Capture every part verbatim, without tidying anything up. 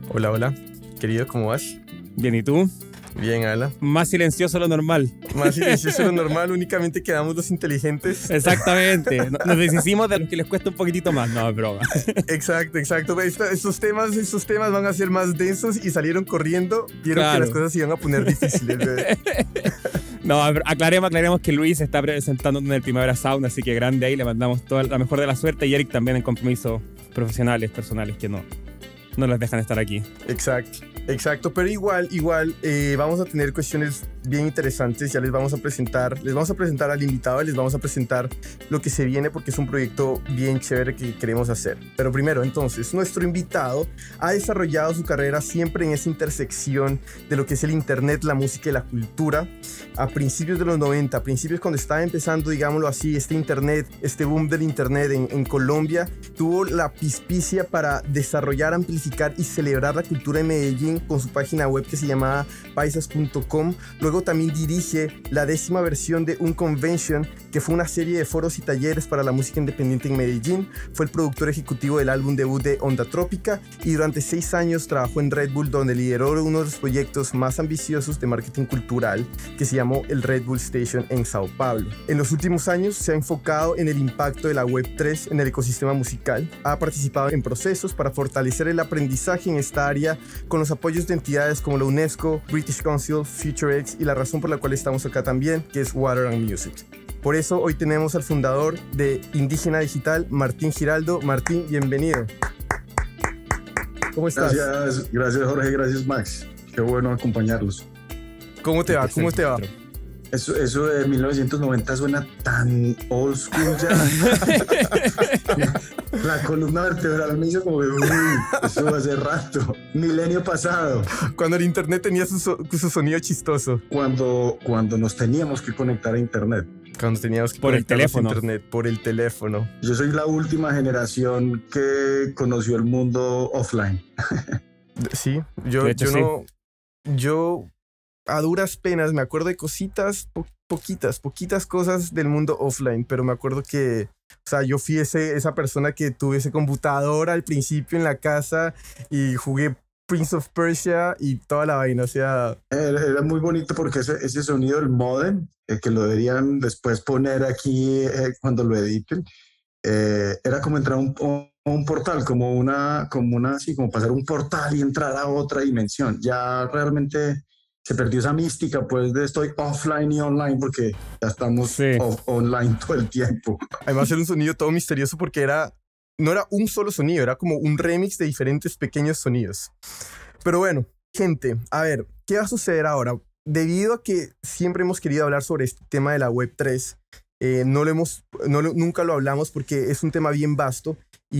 Hola, hola. Querido, ¿cómo vas? Bien, ¿y tú? Bien, Ala. Más silencioso de lo normal. Más silencioso de lo normal, únicamente quedamos los inteligentes. Exactamente. Nos deshicimos de los que les cuesta un poquitito más. No, es broma. Exacto, exacto. Esta- estos, temas, estos temas van a ser más densos y salieron corriendo. Vieron Claro. que las cosas se iban a poner difíciles. bebé. No, aclaremos, aclaremos que Luis está presentando en el Primavera Sound, así que grande ahí, le mandamos toda la mejor de la suerte, y Eric también en compromisos profesionales, personales, que no, no les dejan estar aquí. Exacto, exacto. Pero igual, igual, eh, vamos a tener cuestiones bien interesantes. Ya les vamos a presentar, les vamos a presentar al invitado, les vamos a presentar lo que se viene, porque es un proyecto bien chévere que queremos hacer. Pero primero, entonces, nuestro invitado ha desarrollado su carrera siempre en esa intersección de lo que es el internet, la música y la cultura. A principios de los noventa, a principios cuando estaba empezando, digámoslo así, este internet, este boom del internet en, en Colombia, tuvo la pispicia para desarrollar, amplificar y celebrar la cultura de Medellín con su página web que se llamaba paisas punto com. Luego también dirige la décima versión de Un Convention, que fue una serie de foros y talleres para la música independiente en Medellín. Fue el productor ejecutivo del álbum debut de Onda Trópica y durante seis años trabajó en Red Bull, donde lideró uno de los proyectos más ambiciosos de marketing cultural que se llamó el Red Bull Station en Sao Paulo. En los últimos años se ha enfocado en el impacto de la web tres en el ecosistema musical. Ha participado en procesos para fortalecer el aprendizaje en esta área con los apoyos de entidades como la UNESCO, British Council, FutureX y la razón por la cual estamos acá también, que es Water and Music. Por eso hoy tenemos al fundador de Indígena Digital, Martín Giraldo. Martín, bienvenido. ¿Cómo estás? Gracias, gracias Jorge, gracias Max. Qué bueno acompañarlos. ¿Cómo te va? ¿Cómo te va? Eso, eso de mil novecientos noventa suena tan old school ya. La columna vertebral me hizo como, uy, eso hace rato. Milenio pasado. Cuando el internet tenía su, so- su sonido chistoso. Cuando, cuando nos teníamos que conectar a internet. Cuando teníamos que Por el conectarnos a teléfono. internet, por el teléfono. Yo soy la última generación que conoció el mundo offline. Sí, yo, De hecho, yo sí. no... Yo a duras penas me acuerdo de cositas, po- poquitas, poquitas cosas del mundo offline, pero me acuerdo que, o sea, yo fui ese, esa persona que tuve ese computador al principio en la casa y jugué Prince of Persia y toda la vaina, o sea, Era, era muy bonito porque ese, ese sonido del modem, eh, que lo deberían después poner aquí eh, cuando lo editen, eh, era como entrar a un, un- un portal, como una, como una, así, como pasar un portal y entrar a otra dimensión. Ya realmente se perdió esa mística, pues, de estoy offline y online, porque ya estamos Sí. off- online todo el tiempo. además era un sonido todo misterioso porque era, no era un solo sonido, era como un remix de diferentes pequeños sonidos. Pero bueno, gente, a ver, ¿qué va a suceder ahora? Debido a que siempre hemos querido hablar sobre este tema de la web tres, eh, no lo hemos, no lo- nunca lo hablamos porque es un tema bien vasto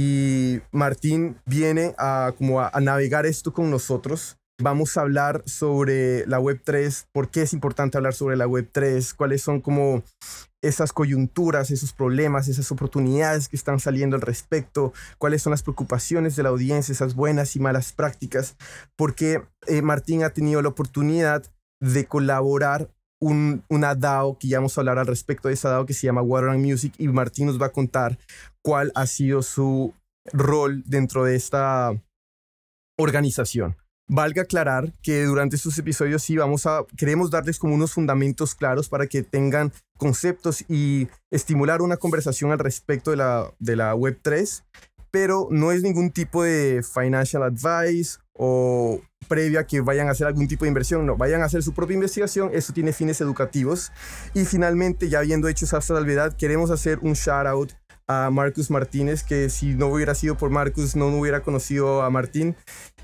y Martín viene a, como a, a navegar esto con nosotros. Vamos a hablar sobre la web tres, por qué es importante hablar sobre la web tres, cuáles son como esas coyunturas, esos problemas, esas oportunidades que están saliendo al respecto, cuáles son las preocupaciones de la audiencia, esas buenas y malas prácticas, porque eh, Martín ha tenido la oportunidad de colaborar un, una DAO, que ya vamos a hablar al respecto de esa DAO que se llama Water and Music, y Martín nos va a contar cuál ha sido su rol dentro de esta organización. Valga aclarar que durante estos episodios sí vamos a, queremos darles como unos fundamentos claros para que tengan conceptos y estimular una conversación al respecto de la, de la web tres, pero no es ningún tipo de financial advice o previa que vayan a hacer algún tipo de inversión, no, vayan a hacer su propia investigación, eso tiene fines educativos. Y finalmente, ya habiendo hecho esa salvedad, queremos hacer un shout out a Marcus Martínez, que si no hubiera sido por Marcus no hubiera conocido a Martín.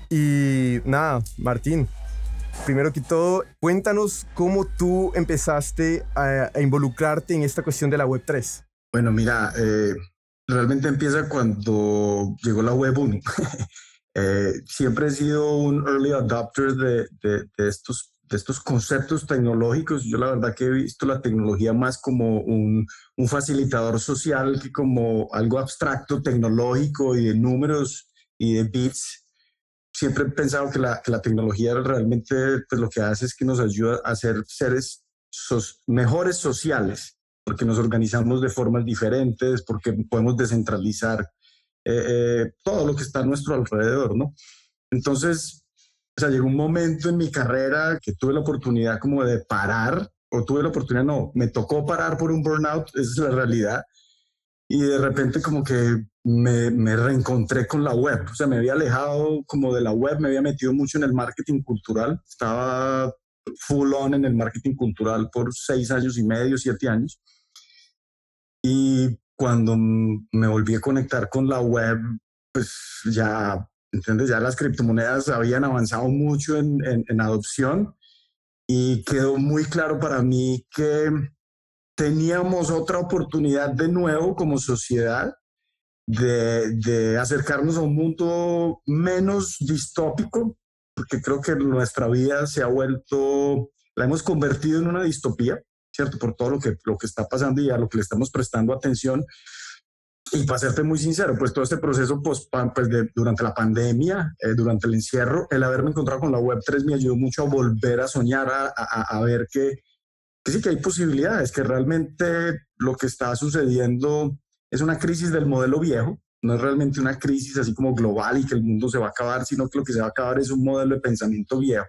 Y nada, Martín, primero que todo, cuéntanos cómo tú empezaste a, a involucrarte en esta cuestión de la web tres. Bueno, mira, eh, realmente empieza cuando llegó la web uno. Eh, siempre he sido un early adopter de, de, de estos, de estos conceptos tecnológicos. Yo la verdad que he visto la tecnología más como un, un facilitador social que como algo abstracto, tecnológico y de números y de bits. Siempre he pensado que la, que la tecnología realmente pues, lo que hace es que nos ayuda a ser seres sos, mejores sociales, porque nos organizamos de formas diferentes, porque podemos descentralizar eh, eh, todo lo que está a nuestro alrededor, ¿no? Entonces, o sea, llegó un momento en mi carrera que tuve la oportunidad como de parar, o tuve la oportunidad, no, me tocó parar por un burnout, esa es la realidad, y de repente como que me, me reencontré con la web, o sea, me había alejado como de la web, me había metido mucho en el marketing cultural, estaba full on en el marketing cultural por seis años y medio, siete años, y cuando me volví a conectar con la web, pues ya, ¿entiendes? Ya las criptomonedas habían avanzado mucho en, en, en adopción y quedó muy claro para mí que teníamos otra oportunidad de nuevo como sociedad de, de acercarnos a un mundo menos distópico, porque creo que nuestra vida se ha vuelto, la hemos convertido en una distopía, ¿cierto? Por todo lo que, lo que está pasando y a lo que le estamos prestando atención. Y para serte muy sincero, pues todo este proceso pues, pues de, durante la pandemia, eh, durante el encierro, el haberme encontrado con la web tres me ayudó mucho a volver a soñar, a, a, a ver que, que sí que hay posibilidades, que realmente lo que está sucediendo es una crisis del modelo viejo, no es realmente una crisis así como global y que el mundo se va a acabar, sino que lo que se va a acabar es un modelo de pensamiento viejo.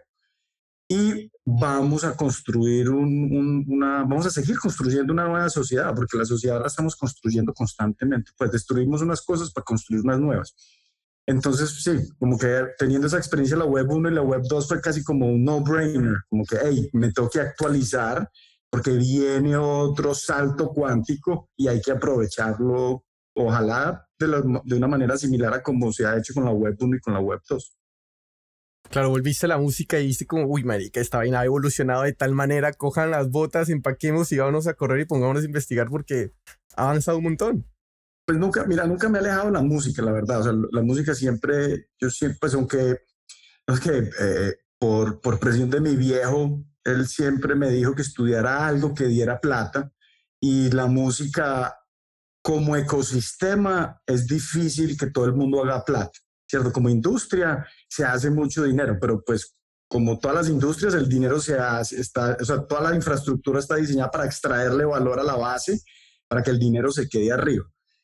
Y vamos a construir un, un, una, vamos a seguir construyendo una nueva sociedad, porque la sociedad la estamos construyendo constantemente, pues destruimos unas cosas para construir unas nuevas. Entonces, sí, como que teniendo esa experiencia la web uno y la web dos fue casi como un no-brainer, como que, hey, me tengo que actualizar porque viene otro salto cuántico y hay que aprovecharlo, ojalá de, la, de una manera similar a como se ha hecho con la web uno y con la web dos. Claro, volviste a la música y viste como, uy, marica, esta vaina ha evolucionado de tal manera, cojan las botas, empaquemos y vámonos a correr y pongámonos a investigar porque ha avanzado un montón. Pues nunca, mira, nunca me he alejado de la música, la verdad. O sea, la música siempre, yo siempre, pues aunque, es que eh, por, por presión de mi viejo, él siempre me dijo que estudiara algo que diera plata y la música como ecosistema es difícil que todo el mundo haga plata, ¿cierto? Como industria se hace mucho dinero, pero pues como todas las industrias, el dinero se hace, está, o sea, toda la infraestructura está diseñada para extraerle valor a la base, para que el dinero se quede arriba.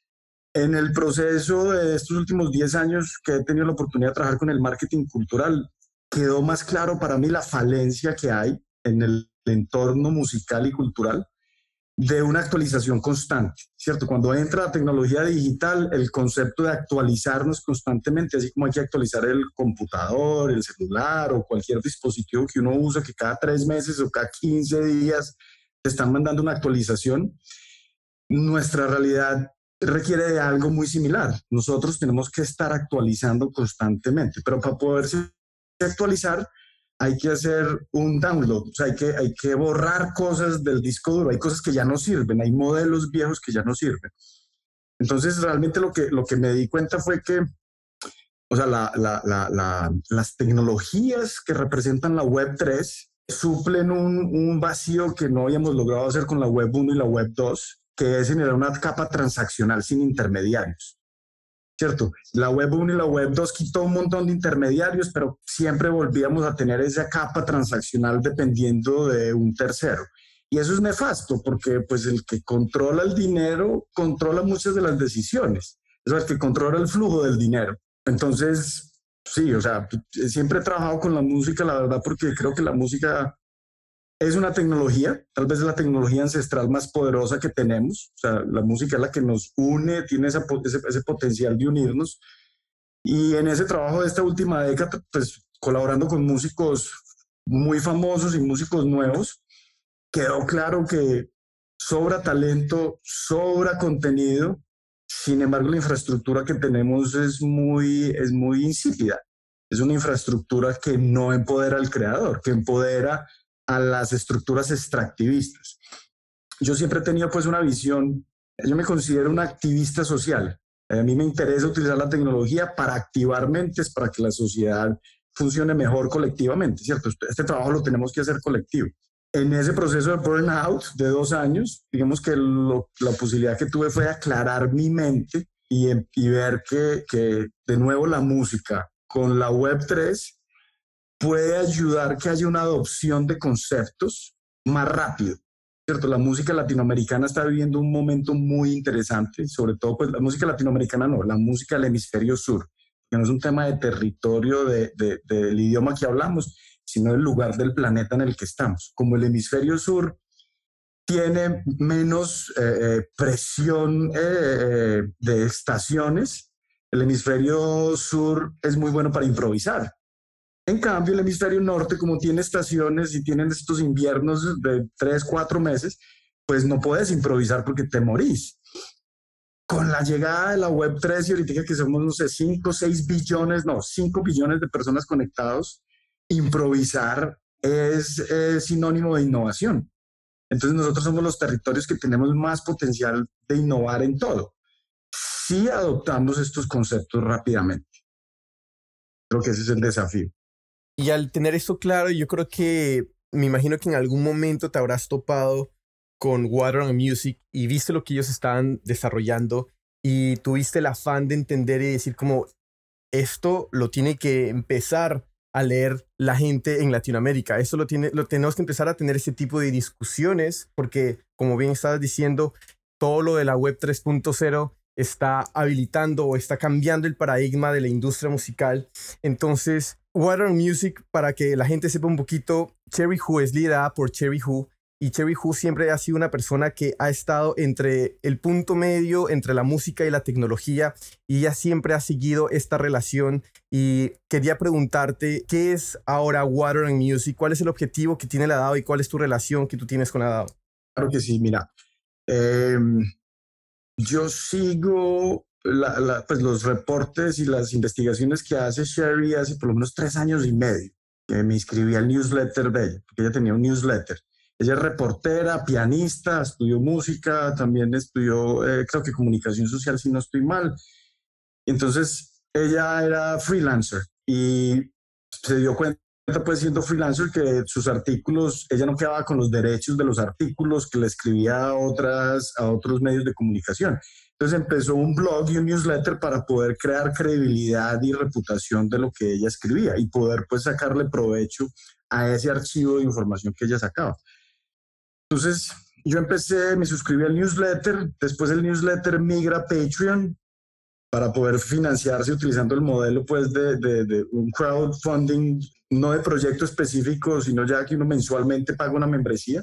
En el proceso de estos últimos diez años que he tenido la oportunidad de trabajar con el marketing cultural, quedó más claro para mí la falencia que hay en el entorno musical y cultural de una actualización constante, ¿cierto? Cuando entra la tecnología digital, el concepto de actualizarnos constantemente, así como hay que actualizar el computador, el celular o cualquier dispositivo que uno usa, que cada tres meses o cada quince días te están mandando una actualización, nuestra realidad requiere de algo muy similar. Nosotros tenemos que estar actualizando constantemente, pero para poderse actualizar hay que hacer un download, o sea, hay que, hay que borrar cosas del disco duro, hay cosas que ya no sirven, hay modelos viejos que ya no sirven. Entonces, realmente lo que, lo que me di cuenta fue que, o sea, la, la, la, la, las tecnologías que representan la web tres suplen un, un vacío que no habíamos logrado hacer con la web uno y la web dos, que es generar una capa transaccional sin intermediarios, ¿cierto? La web uno y la web dos quitó un montón de intermediarios, pero siempre volvíamos a tener esa capa transaccional dependiendo de un tercero. Y eso es nefasto porque pues el que controla el dinero controla muchas de las decisiones. Es el que controla el flujo del dinero. Entonces, sí, o sea, siempre he trabajado con la música, la verdad, porque creo que la música es una tecnología, tal vez es la tecnología ancestral más poderosa que tenemos. O sea, la música es la que nos une, tiene esa, ese, ese potencial de unirnos. Y en ese trabajo de esta última década, pues colaborando con músicos muy famosos y músicos nuevos, quedó claro que sobra talento, sobra contenido. Sin embargo, la infraestructura que tenemos es muy, es muy insípida. Es una infraestructura que no empodera al creador, que empodera a las estructuras extractivistas. Yo siempre he tenido pues una visión, yo me considero un activista social. A mí me interesa utilizar la tecnología para activar mentes, para que la sociedad funcione mejor colectivamente, ¿cierto? Este trabajo lo tenemos que hacer colectivo. En ese proceso de burnout de dos años, digamos que lo, la posibilidad que tuve fue aclarar mi mente y, y ver que, que de nuevo la música con la web tres puede ayudar que haya una adopción de conceptos más rápido, ¿cierto? La música latinoamericana está viviendo un momento muy interesante, sobre todo pues la música latinoamericana no, la música del hemisferio sur. que no es un tema de territorio de, de, de, del idioma que hablamos, sino del lugar del planeta en el que estamos. Como el hemisferio sur tiene menos eh, presión eh, de estaciones, el hemisferio sur es muy bueno para improvisar. En cambio, el hemisferio norte, como tiene estaciones y tienen estos inviernos de tres, cuatro meses, pues no puedes improvisar porque te morís. Con la llegada de la web tres y ahorita que somos, no sé, cinco, seis billones, no, cinco billones de personas conectados, improvisar es, es sinónimo de innovación. Entonces nosotros somos los territorios que tenemos más potencial de innovar en todo. Si adoptamos estos conceptos rápidamente. Creo que ese es el desafío. Y al tener esto claro, yo creo que me imagino que en algún momento te habrás topado con Water and Music y viste lo que ellos estaban desarrollando y tuviste el afán de entender y decir como esto lo tiene que empezar a leer la gente en Latinoamérica. Eso lo, tiene, lo tenemos que empezar a tener ese tipo de discusiones porque, como bien estabas diciendo, todo lo de la web tres punto cero está habilitando o está cambiando el paradigma de la industria musical. Entonces, Water and Music, para que la gente sepa un poquito, Cherry Who es liderada por Cherry Who, y Cherry Who siempre ha sido una persona que ha estado entre el punto medio entre la música y la tecnología, y ella siempre ha seguido esta relación. Y quería preguntarte, ¿qué es ahora Water and Music? ¿Cuál es el objetivo que tiene la DAO y cuál es tu relación que tú tienes con la DAO? Claro que sí, mira. Eh, yo sigo la, la, pues los reportes y las investigaciones que hace Cherry hace por lo menos tres años y medio, que me inscribí al newsletter de ella, porque ella tenía un newsletter. Ella es reportera, pianista, estudió música, también estudió, eh, creo que comunicación social, si no estoy mal. Entonces, ella era freelancer y se dio cuenta, pues siendo freelancer, que sus artículos, ella no quedaba con los derechos de los artículos que le escribía a, otras, a otros medios de comunicación. Entonces empezó un blog y un newsletter para poder crear credibilidad y reputación de lo que ella escribía y poder pues sacarle provecho a ese archivo de información que ella sacaba. Entonces yo empecé, me suscribí al newsletter, después el newsletter migra a Patreon para poder financiarse utilizando el modelo pues de, de, de un crowdfunding, no de proyecto específico, sino ya que uno mensualmente paga una membresía.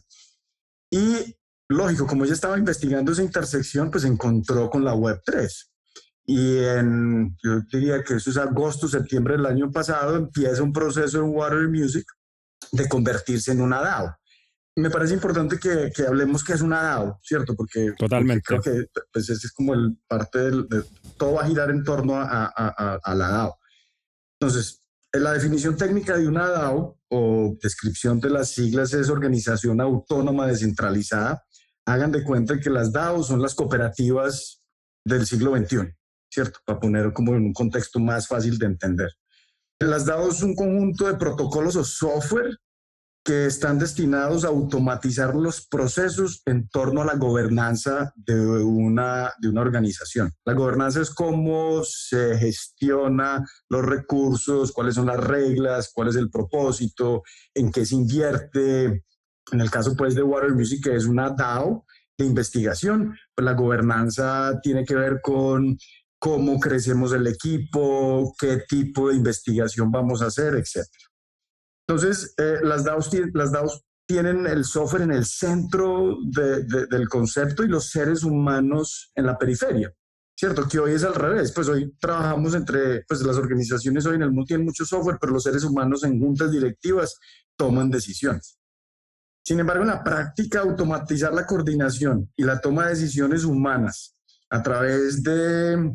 Y lógico, como ella estaba investigando esa intersección, pues encontró con la web tres. Y en, yo diría que eso es agosto, septiembre del año pasado, empieza un proceso en Water Music de convertirse en una DAO. Me parece importante que, que hablemos que es una DAO, ¿cierto? Porque, Totalmente. porque creo que pues, ese es como el parte del... De, todo va a girar en torno a, a, a, a la DAO. Entonces, la definición técnica de una DAO o descripción de las siglas es Organización Autónoma Descentralizada. Hagan de cuenta que las DAO son las cooperativas del siglo veintiuno, ¿cierto? Para poner como en un contexto más fácil de entender. Las DAO son un conjunto de protocolos o software que están destinados a automatizar los procesos en torno a la gobernanza de una, de una organización. La gobernanza es cómo se gestiona los recursos, cuáles son las reglas, cuál es el propósito, en qué se invierte. En el caso pues de Water Music, que es una DAO de investigación, pues la gobernanza tiene que ver con cómo crecemos el equipo, qué tipo de investigación vamos a hacer, etcétera. Entonces, eh, las, DAOs, las DAOs tienen el software en el centro de, de, del concepto y los seres humanos en la periferia, ¿cierto? Que hoy es al revés, pues hoy trabajamos entre, pues las organizaciones hoy en el mundo tienen mucho software, pero los seres humanos en juntas directivas toman decisiones. Sin embargo, en la práctica, automatizar la coordinación y la toma de decisiones humanas a través de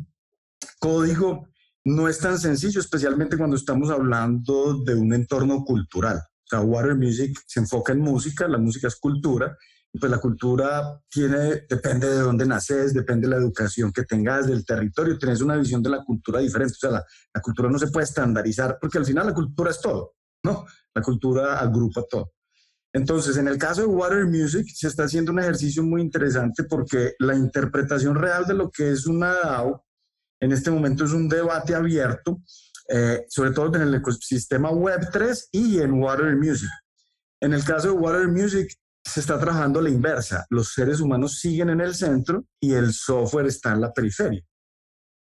código no es tan sencillo, especialmente cuando estamos hablando de un entorno cultural. O sea, Water Music se enfoca en música, la música es cultura, y pues la cultura tiene, depende de dónde naces, depende de la educación que tengas, del territorio, tienes una visión de la cultura diferente. O sea, la, la cultura no se puede estandarizar, porque al final la cultura es todo, ¿no? La cultura agrupa todo. Entonces, en el caso de Water Music, se está haciendo un ejercicio muy interesante porque la interpretación real de lo que es una DAO en este momento es un debate abierto, eh, sobre todo en el ecosistema web tres y en Water Music. En el caso de Water Music, se está trabajando la inversa. Los seres humanos siguen en el centro y el software está en la periferia.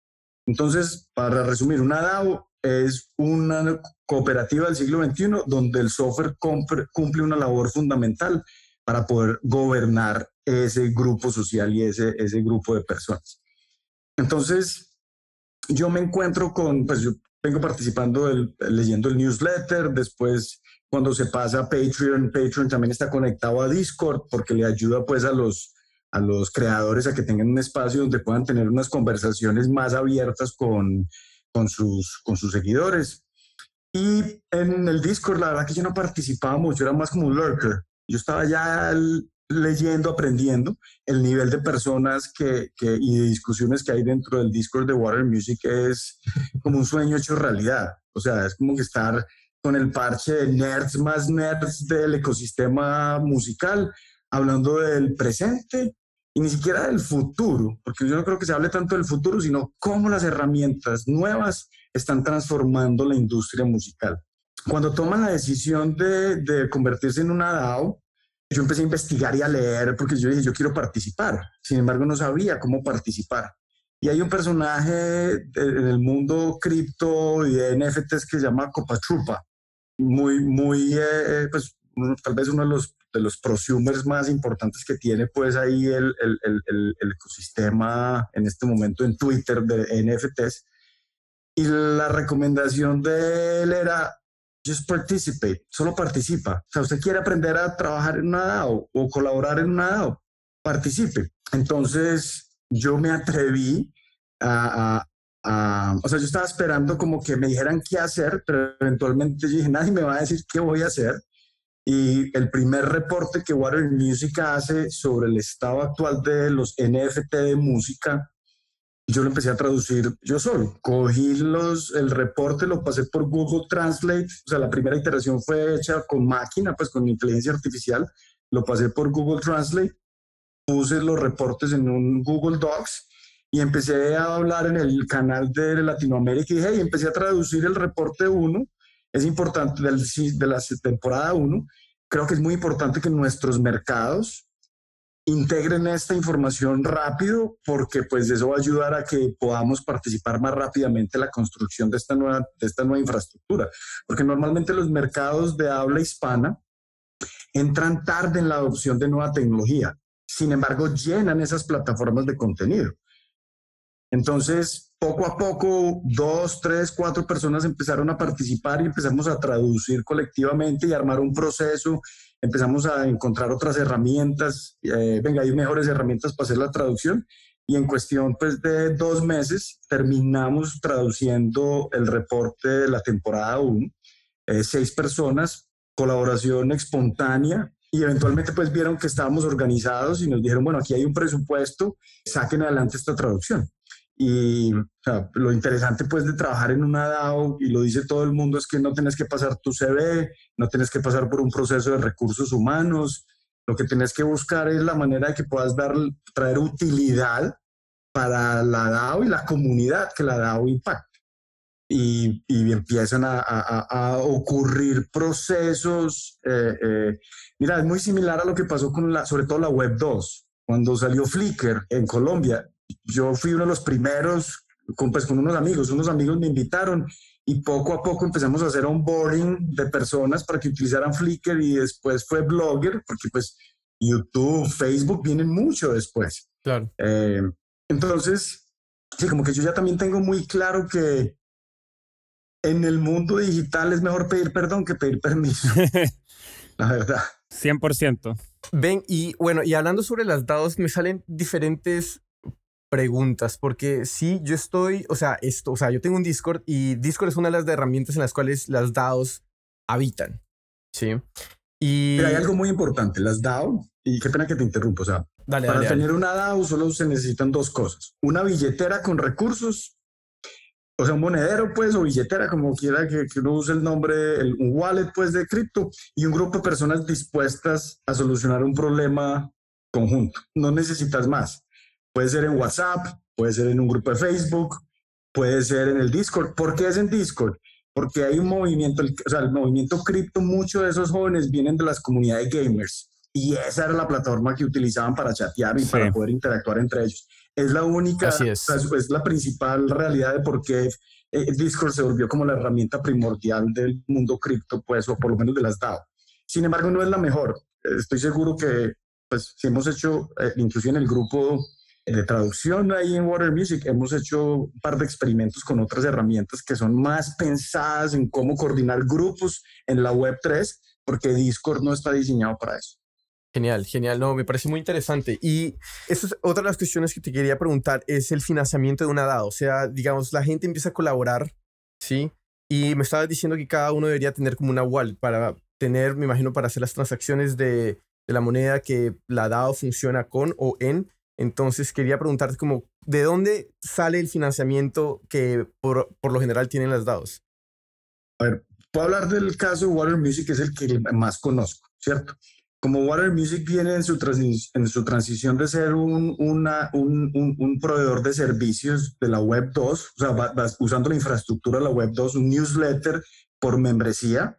Entonces, para resumir, una DAO es una cooperativa del siglo veintiuno donde el software cumple una labor fundamental para poder gobernar ese grupo social y ese, ese grupo de personas. Entonces, yo me encuentro con, pues yo vengo participando, del, leyendo el newsletter, después cuando se pasa a Patreon, Patreon también está conectado a Discord porque le ayuda pues a los, a los creadores a que tengan un espacio donde puedan tener unas conversaciones más abiertas con, con, sus, con sus seguidores. Y en el Discord, la verdad que yo no participaba mucho, era más como un lurker. Yo estaba ya leyendo, aprendiendo. El nivel de personas que, que, y de discusiones que hay dentro del Discord de Water Music es como un sueño hecho realidad. O sea, es como que estar con el parche de nerds más nerds del ecosistema musical, hablando del presente y ni siquiera del futuro, porque yo no creo que se hable tanto del futuro, sino cómo las herramientas nuevas están transformando la industria musical. Cuando toman la decisión de, de convertirse en una DAO, yo empecé a investigar y a leer porque yo dije, yo quiero participar. Sin embargo, no sabía cómo participar. Y hay un personaje en el mundo cripto y de N F Ts que se llama Copatrupa, muy, muy, eh, pues tal vez uno de los, de los prosumers más importantes que tiene pues ahí el, el, el, el ecosistema en este momento en Twitter de N F Ts. Y la recomendación de él era, just participate, solo participa. O sea, usted quiere aprender a trabajar en una DAO o colaborar en una DAO, participe. Entonces yo me atreví a, a, a, o sea, yo estaba esperando como que me dijeran qué hacer, pero eventualmente yo dije, nadie me va a decir qué voy a hacer. Y el primer reporte que Water Music hace sobre el estado actual de los N F T de música, yo lo empecé a traducir yo solo. Cogí los, el reporte, lo pasé por Google Translate. O sea, la primera iteración fue hecha con máquina, pues con inteligencia artificial. Lo pasé por Google Translate, puse los reportes en un Google Docs y empecé a hablar en el canal de Latinoamérica y dije, hey, empecé a traducir el reporte uno. Es importante del, de la temporada uno. Creo que es muy importante que nuestros mercados integren esta información rápido porque pues eso va a ayudar a que podamos participar más rápidamente en la construcción de esta nueva, de esta nueva infraestructura. Porque normalmente los mercados de habla hispana entran tarde en la adopción de nueva tecnología. Sin embargo, llenan esas plataformas de contenido. Entonces, poco a poco, dos, tres, cuatro personas empezaron a participar y empezamos a traducir colectivamente y armar un proceso. Empezamos a encontrar otras herramientas. Eh, venga, hay mejores herramientas para hacer la traducción. Y en cuestión pues, de dos meses terminamos traduciendo el reporte de la temporada uno. Eh, seis personas, colaboración espontánea. Y eventualmente pues vieron que estábamos organizados y nos dijeron, bueno, aquí hay un presupuesto, saquen adelante esta traducción. Y o sea, lo interesante pues de trabajar en una DAO, y lo dice todo el mundo, es que no tienes que pasar tu C V, no tienes que pasar por un proceso de recursos humanos, lo que tienes que buscar es la manera de que puedas dar, traer utilidad para la DAO y la comunidad que la DAO impacta. Y, y empiezan a, a, a ocurrir procesos, eh, eh, mira, es muy similar a lo que pasó con la, sobre todo la Web dos, cuando salió Flickr en Colombia. Yo fui uno de los primeros, con, pues, con unos amigos, unos amigos me invitaron y poco a poco empezamos a hacer onboarding de personas para que utilizaran Flickr y después fue Blogger, porque pues YouTube, Facebook vienen mucho después. Claro. Eh, entonces, sí, como que yo ya también tengo muy claro que en el mundo digital es mejor pedir perdón que pedir permiso, la verdad. cien por ciento. Ven, y bueno, y hablando sobre las DAOs, me salen diferentes preguntas, porque sí, yo estoy, o sea, esto, o sea, yo tengo un Discord y Discord es una de las herramientas en las cuales las DAOs habitan, ¿sí? Y pero hay algo muy importante, las DAO, y qué pena que te interrumpo, o sea, dale, para dale, tener dale. una DAO solo se necesitan dos cosas, una billetera con recursos, o sea, un monedero, pues, o billetera, como quiera que, que uno use el nombre, el, un wallet, pues, de cripto, y un grupo de personas dispuestas a solucionar un problema conjunto. No necesitas más. Puede ser en WhatsApp, puede ser en un grupo de Facebook, puede ser en el Discord. ¿Por qué es en Discord? Porque hay un movimiento, o sea, el movimiento cripto, muchos de esos jóvenes vienen de las comunidades gamers, y esa era la plataforma que utilizaban para chatear y Sí. para poder interactuar entre ellos. Es la única, Así es. es, es la principal realidad de por qué eh, Discord se volvió como la herramienta primordial del mundo cripto, pues, o por lo menos de las DAO. Sin embargo, no es la mejor. Estoy seguro que, pues, si hemos hecho, eh, inclusive en el grupo de traducción ahí en Water Music, hemos hecho un par de experimentos con otras herramientas que son más pensadas en cómo coordinar grupos en la web tres, porque Discord no está diseñado para eso. Genial, genial. No, me parece muy interesante. Y eso es otra de las cuestiones que te quería preguntar, es el financiamiento de una DAO. O sea, digamos, la gente empieza a colaborar, ¿sí? Y me estabas diciendo que cada uno debería tener como una wallet para tener, me imagino, para hacer las transacciones de, de la moneda que la DAO funciona con o en. Entonces, quería preguntarte como, ¿de dónde sale el financiamiento que por, por lo general tienen las DAOs? A ver, puedo hablar del caso de Water Music, que es el que más conozco, ¿cierto? Como Water Music viene en su, transi en su transición de ser un, una, un, un, un proveedor de servicios de la web dos, o sea, va, va usando la infraestructura de la web dos, un newsletter por membresía,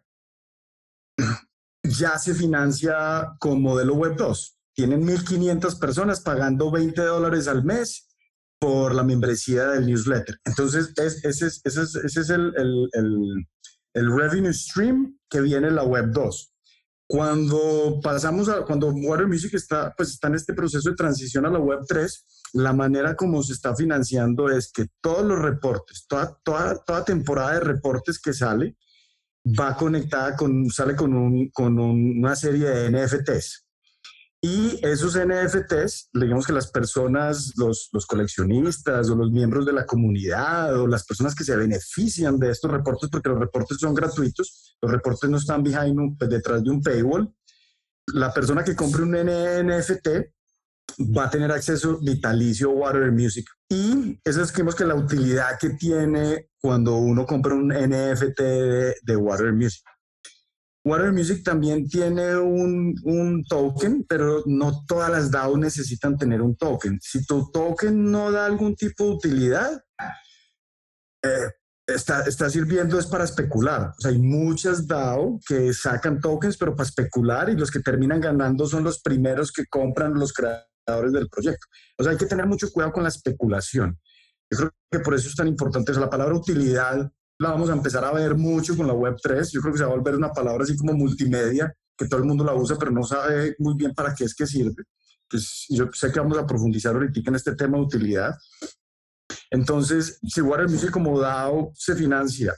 ya se financia con modelo web dos. Tienen mil quinientas personas pagando veinte dólares al mes por la membresía del newsletter. Entonces, es, ese es, ese es, ese es el, el, el, el revenue stream que viene en la web dos. Cuando pasamos a, cuando Water Music está, pues está en este proceso de transición a la web tres, la manera como se está financiando es que todos los reportes, toda, toda, toda temporada de reportes que sale, va conectada con, sale con, un, con un, una serie de N F Ts. Y esos N F Ts, digamos que las personas, los, los coleccionistas o los miembros de la comunidad o las personas que se benefician de estos reportes, porque los reportes son gratuitos, los reportes no están behind un, pues, detrás de un paywall, la persona que compre un N F T va a tener acceso vitalicio a Water Music. Y esa es digamos, que la utilidad que tiene cuando uno compra un N F T de, de Water Music. Water Music también tiene un, un token, pero no todas las DAO necesitan tener un token. Si tu token no da algún tipo de utilidad, eh, está, está sirviendo es para especular. O sea, hay muchas DAO que sacan tokens, pero para especular, y los que terminan ganando son los primeros que compran los creadores del proyecto. O sea, hay que tener mucho cuidado con la especulación. Yo creo que por eso es tan importante. O sea, la palabra utilidad la vamos a empezar a ver mucho con la web tres. Yo creo que se va a volver una palabra así como multimedia, que todo el mundo la usa, pero no sabe muy bien para qué es que sirve. Pues yo sé que vamos a profundizar ahorita en este tema de utilidad. Entonces, si Water Music como DAO se financia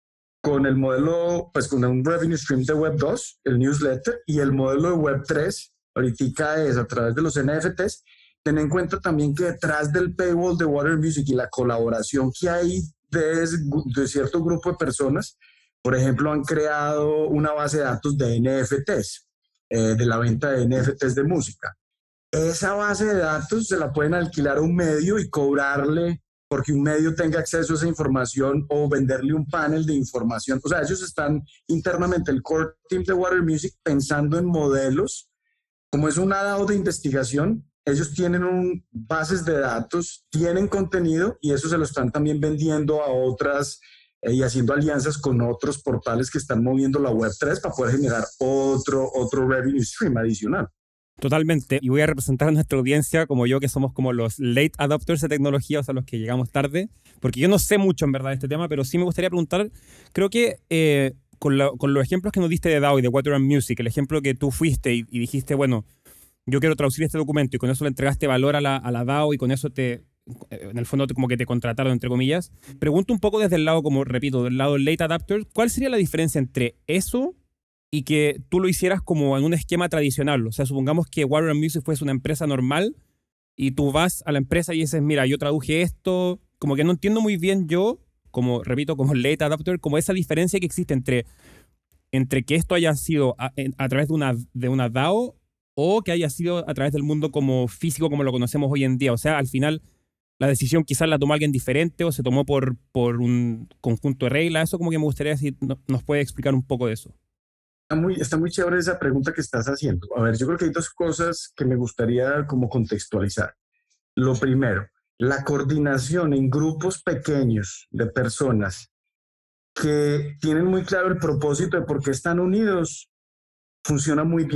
con el modelo, pues con un revenue stream de web dos, el newsletter, y el modelo de web tres, ahorita es a través de los N F Ts, ten en cuenta también que detrás del paywall de Water Music y la colaboración que hay de, de cierto grupo de personas, por ejemplo, han creado una base de datos de N F Ts, eh, de la venta de N F Ts de música. Esa base de datos se la pueden alquilar a un medio y cobrarle porque un medio tenga acceso a esa información o venderle un panel de información. O sea, ellos están internamente, el core team de Water Music, pensando en modelos. Como es una DAO de investigación, ellos tienen un, bases de datos, tienen contenido y eso se lo están también vendiendo a otras eh, y haciendo alianzas con otros portales que están moviendo la web tres para poder generar otro, otro revenue stream adicional. Totalmente. Y voy a representar a nuestra audiencia como yo, que somos como los late adopters de tecnología, o sea, los que llegamos tarde, porque yo no sé mucho en verdad de este tema, pero sí me gustaría preguntar, creo que eh, con, la, con los ejemplos que nos diste de DAO y de Water and Music, el ejemplo que tú fuiste y, y dijiste, bueno, yo quiero traducir este documento y con eso le entregaste valor a la, a la DAO y con eso te, en el fondo como que te contrataron, entre comillas. Pregunto un poco desde el lado, como repito, del lado late adopter, ¿cuál sería la diferencia entre eso y que tú lo hicieras como en un esquema tradicional? O sea, supongamos que Water and Music fuese una empresa normal y tú vas a la empresa y dices, mira, yo traduje esto, como que no entiendo muy bien yo, como, repito, como late adopter, como esa diferencia que existe entre, entre que esto haya sido a, a través de una, de una DAO o que haya sido a través del mundo como físico como lo conocemos hoy en día. O sea, al final la decisión quizás la tomó alguien diferente o se tomó por, por un conjunto de reglas. Eso como que me gustaría si nos puede explicar un poco de eso. Está muy, está muy chévere esa pregunta que estás haciendo. A ver, yo creo que hay dos cosas que me gustaría como contextualizar. Lo primero, la coordinación en grupos pequeños de personas que tienen muy claro el propósito de por qué están unidos funciona muy bien.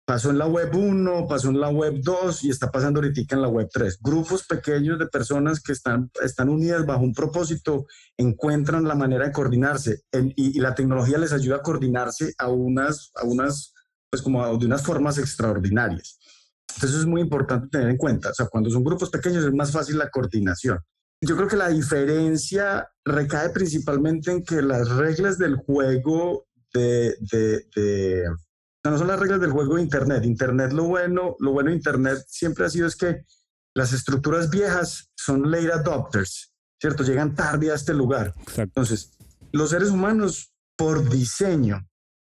Pasó en la web uno, pasó en la web dos y está pasando ahorita en la web tres. Grupos pequeños de personas que están, están unidas bajo un propósito encuentran la manera de coordinarse en, y, y la tecnología les ayuda a coordinarse a unas, a unas, pues como a, de unas formas extraordinarias. Entonces es muy importante tener en cuenta, o sea, cuando son grupos pequeños es más fácil la coordinación. Yo creo que la diferencia recae principalmente en que las reglas del juego de, de, de no son las reglas del juego de Internet. Internet, lo bueno, lo bueno de Internet siempre ha sido es que las estructuras viejas son late adopters, ¿cierto? Llegan tarde a este lugar. Exacto. Entonces, los seres humanos, por diseño,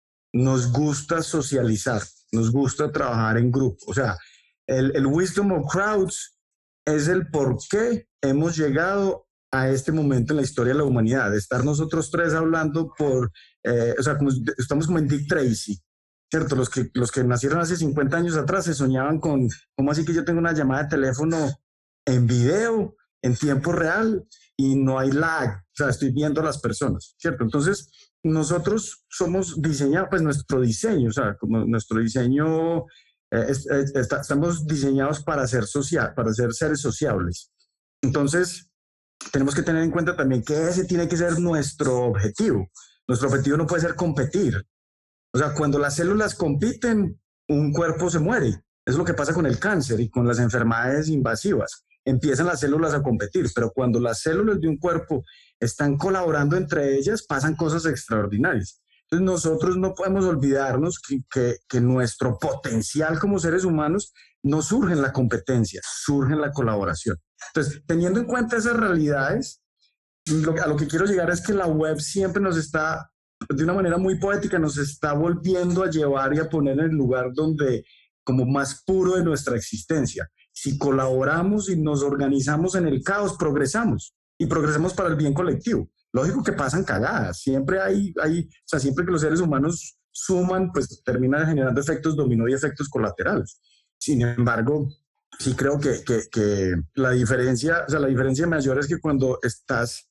nos gusta socializar, nos gusta trabajar en grupo. O sea, el, el wisdom of crowds es el por qué hemos llegado a este momento en la historia de la humanidad, de estar nosotros tres hablando por, eh, o sea, como, estamos como en Dick Tracy. ¿Cierto? Los que, los que nacieron hace cincuenta años atrás se soñaban con, ¿cómo así que yo tengo una llamada de teléfono en video, en tiempo real y no hay lag? O sea, estoy viendo a las personas, ¿cierto? Entonces, nosotros somos diseñados, pues nuestro diseño, o sea, como nuestro diseño, eh, es, es, está, estamos diseñados para ser social, para ser seres sociables. Entonces, tenemos que tener en cuenta también que ese tiene que ser nuestro objetivo. Nuestro objetivo no puede ser competir. O sea, cuando las células compiten, un cuerpo se muere. Es lo que pasa con el cáncer y con las enfermedades invasivas. Empiezan las células a competir, pero cuando las células de un cuerpo están colaborando entre ellas, pasan cosas extraordinarias. Entonces nosotros no podemos olvidarnos que, que, que nuestro potencial como seres humanos no surge en la competencia, surge en la colaboración. Entonces, teniendo en cuenta esas realidades, lo, a lo que quiero llegar es que la web siempre nos está, de una manera muy poética, nos está volviendo a llevar y a poner en el lugar donde, como más puro de nuestra existencia. Si colaboramos y nos organizamos en el caos, progresamos y progresamos para el bien colectivo. Lógico que pasan cagadas, siempre hay, hay, o sea, siempre que los seres humanos suman, pues terminan generando efectos dominó y efectos colaterales. Sin embargo, sí creo que, que, que la diferencia, o sea, la diferencia mayor es que cuando estás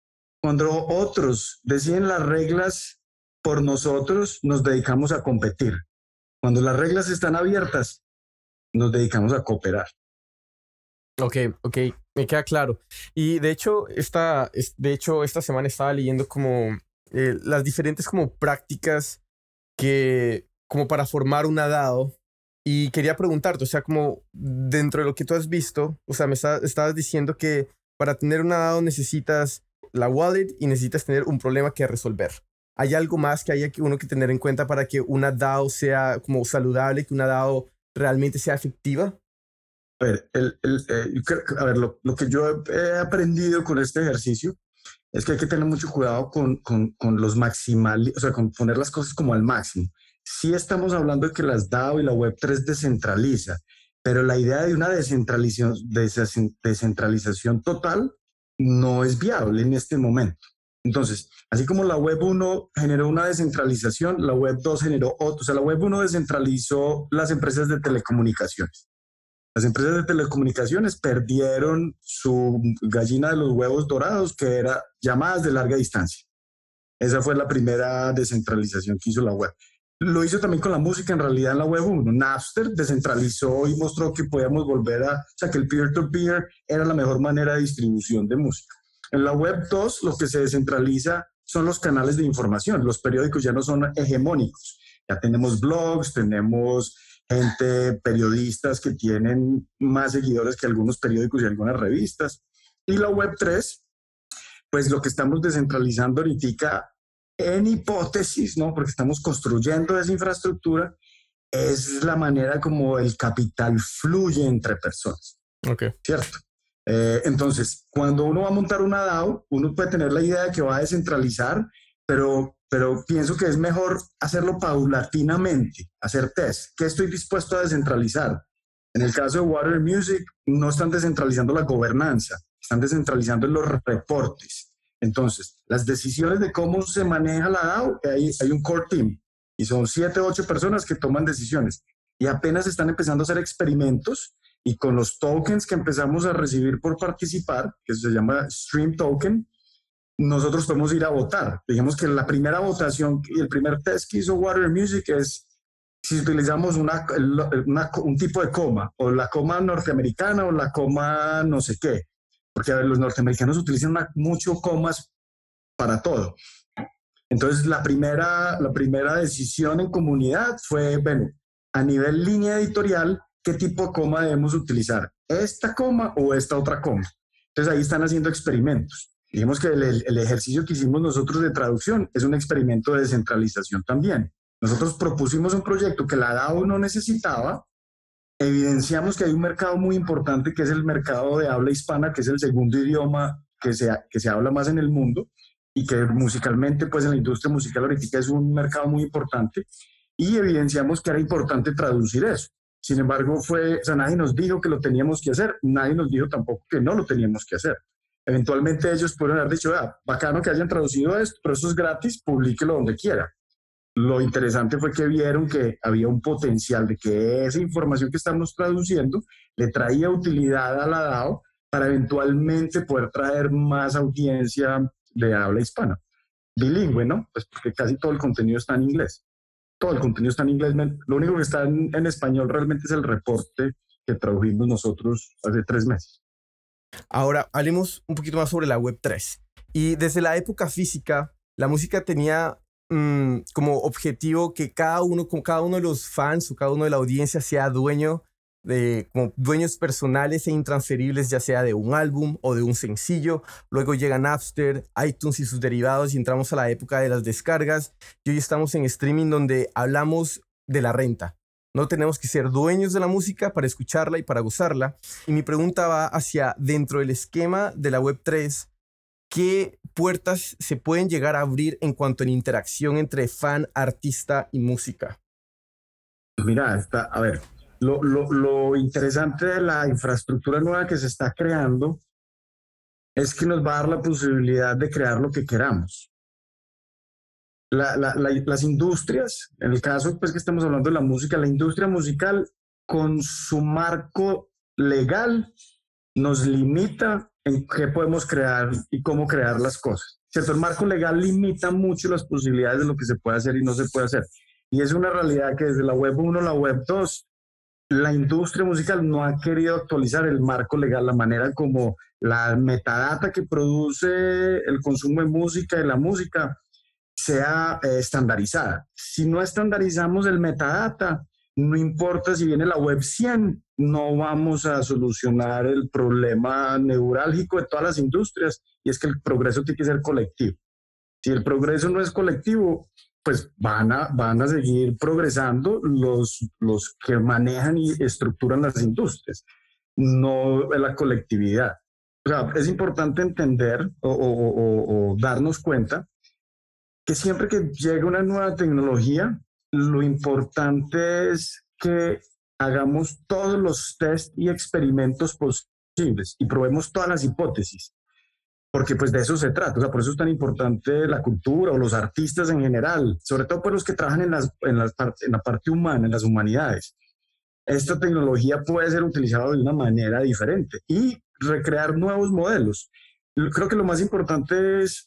Cuando otros deciden las reglas por nosotros, nos dedicamos a competir. Cuando las reglas están abiertas, nos dedicamos a cooperar. Ok, ok, me queda claro. Y de hecho, esta, de hecho, esta semana estaba leyendo como eh, las diferentes como prácticas que, como para formar una DAO. Y quería preguntarte, o sea, como dentro de lo que tú has visto, o sea, me está, estabas diciendo que para tener una DAO necesitas la wallet y necesitas tener un problema que resolver. ¿Hay algo más que haya que uno que tener en cuenta para que una DAO sea como saludable, que una DAO realmente sea efectiva? A ver, el, el, eh, a ver lo, lo que yo he aprendido con este ejercicio es que hay que tener mucho cuidado con, con, con los maximales, o sea, con poner las cosas como al máximo. Sí estamos hablando de que las DAO y la web tres descentraliza, pero la idea de una descentralización, descentralización total no es viable en este momento. Entonces, así como la web uno generó una descentralización, la web dos generó otra. O sea, la web uno descentralizó las empresas de telecomunicaciones. Las empresas de telecomunicaciones perdieron su gallina de los huevos dorados, que era llamadas de larga distancia. Esa fue la primera descentralización que hizo la web. Lo hizo también con la música, en realidad, en la web uno. Napster descentralizó y mostró que podíamos volver a, o sea, que el peer-to-peer era la mejor manera de distribución de música. En la web dos, lo que se descentraliza son los canales de información. Los periódicos ya no son hegemónicos. Ya tenemos blogs, tenemos gente, periodistas que tienen más seguidores que algunos periódicos y algunas revistas. Y la web tres, pues lo que estamos descentralizando ahorita, en hipótesis, ¿no? Porque estamos construyendo esa infraestructura, es la manera como el capital fluye entre personas. Ok. ¿Cierto? Eh, entonces, cuando uno va a montar una DAO, uno puede tener la idea de que va a descentralizar, pero, pero pienso que es mejor hacerlo paulatinamente, hacer test. ¿Qué estoy dispuesto a descentralizar? En el caso de Water Music, no están descentralizando la gobernanza, están descentralizando los reportes. Entonces, las decisiones de cómo se maneja la DAO, hay, hay un core team y son siete, ocho personas que toman decisiones y apenas están empezando a hacer experimentos y con los tokens que empezamos a recibir por participar, que se llama Stream Token, nosotros podemos ir a votar. Digamos que la primera votación y el primer test que hizo Water Music es si utilizamos una, una, un tipo de coma, o la coma norteamericana o la coma no sé qué, porque a ver, los norteamericanos utilizan una, mucho comas para todo. Entonces, la primera, la primera decisión en comunidad fue, bueno, a nivel línea editorial, ¿qué tipo de coma debemos utilizar? ¿Esta coma o esta otra coma? Entonces, ahí están haciendo experimentos. Digamos que el, el ejercicio que hicimos nosotros de traducción es un experimento de descentralización también. Nosotros propusimos un proyecto que la DAO no necesitaba, evidenciamos que hay un mercado muy importante que es el mercado de habla hispana, que es el segundo idioma que se, que se habla más en el mundo, y que musicalmente, pues en la industria musical ahorita es un mercado muy importante, y evidenciamos que era importante traducir eso. Sin embargo, fue, o sea, nadie nos dijo que lo teníamos que hacer, nadie nos dijo tampoco que no lo teníamos que hacer. Eventualmente ellos pudieron haber dicho, ah, bacano que hayan traducido esto, pero eso es gratis, publíquelo donde quiera. Lo interesante fue que vieron que había un potencial de que esa información que estamos traduciendo le traía utilidad a la DAO para eventualmente poder traer más audiencia de habla hispana. Bilingüe, ¿no? Pues porque casi todo el contenido está en inglés. Todo el contenido está en inglés. Lo único que está en, en español realmente es el reporte que tradujimos nosotros hace tres meses. Ahora, hablemos un poquito más sobre la web tres. Y desde la época física, la música tenía mmm, como objetivo que cada uno, como cada uno de los fans o cada uno de la audiencia sea dueño de, como dueños personales e intransferibles, ya sea de un álbum o de un sencillo. Luego llega Napster, iTunes y sus derivados y entramos a la época de las descargas. Y hoy estamos en streaming donde hablamos de la renta. No tenemos que ser dueños de la música para escucharla y para gozarla. Y mi pregunta va hacia dentro del esquema de la web tres. ¿Qué puertas se pueden llegar a abrir en cuanto a la interacción entre fan, artista y música? Mira, está, a ver, lo, lo, lo interesante de la infraestructura nueva que se está creando es que nos va a dar la posibilidad de crear lo que queramos. La, la, la, las industrias, en el caso pues que estamos hablando de la música, la industria musical con su marco legal nos limita en qué podemos crear y cómo crear las cosas. ¿Cierto? El marco legal limita mucho las posibilidades de lo que se puede hacer y no se puede hacer. Y es una realidad que desde la web uno a la web dos, la industria musical no ha querido actualizar el marco legal, la manera como la metadata que produce el consumo de música y la música sea eh, estandarizada. Si no estandarizamos el metadata, no importa si viene la web cien, no vamos a solucionar el problema neurálgico de todas las industrias, y es que el progreso tiene que ser colectivo. Si el progreso no es colectivo, pues van a, van a seguir progresando los, los que manejan y estructuran las industrias, no la colectividad. O sea, es importante entender o, o, o, o darnos cuenta que siempre que llega una nueva tecnología, lo importante es que hagamos todos los test y experimentos posibles y probemos todas las hipótesis, porque pues de eso se trata. O sea, por eso es tan importante la cultura o los artistas en general, sobre todo por los que trabajan en, las, en, las part- en la parte humana, en las humanidades. Esta tecnología puede ser utilizada de una manera diferente y recrear nuevos modelos. Creo que lo más importante es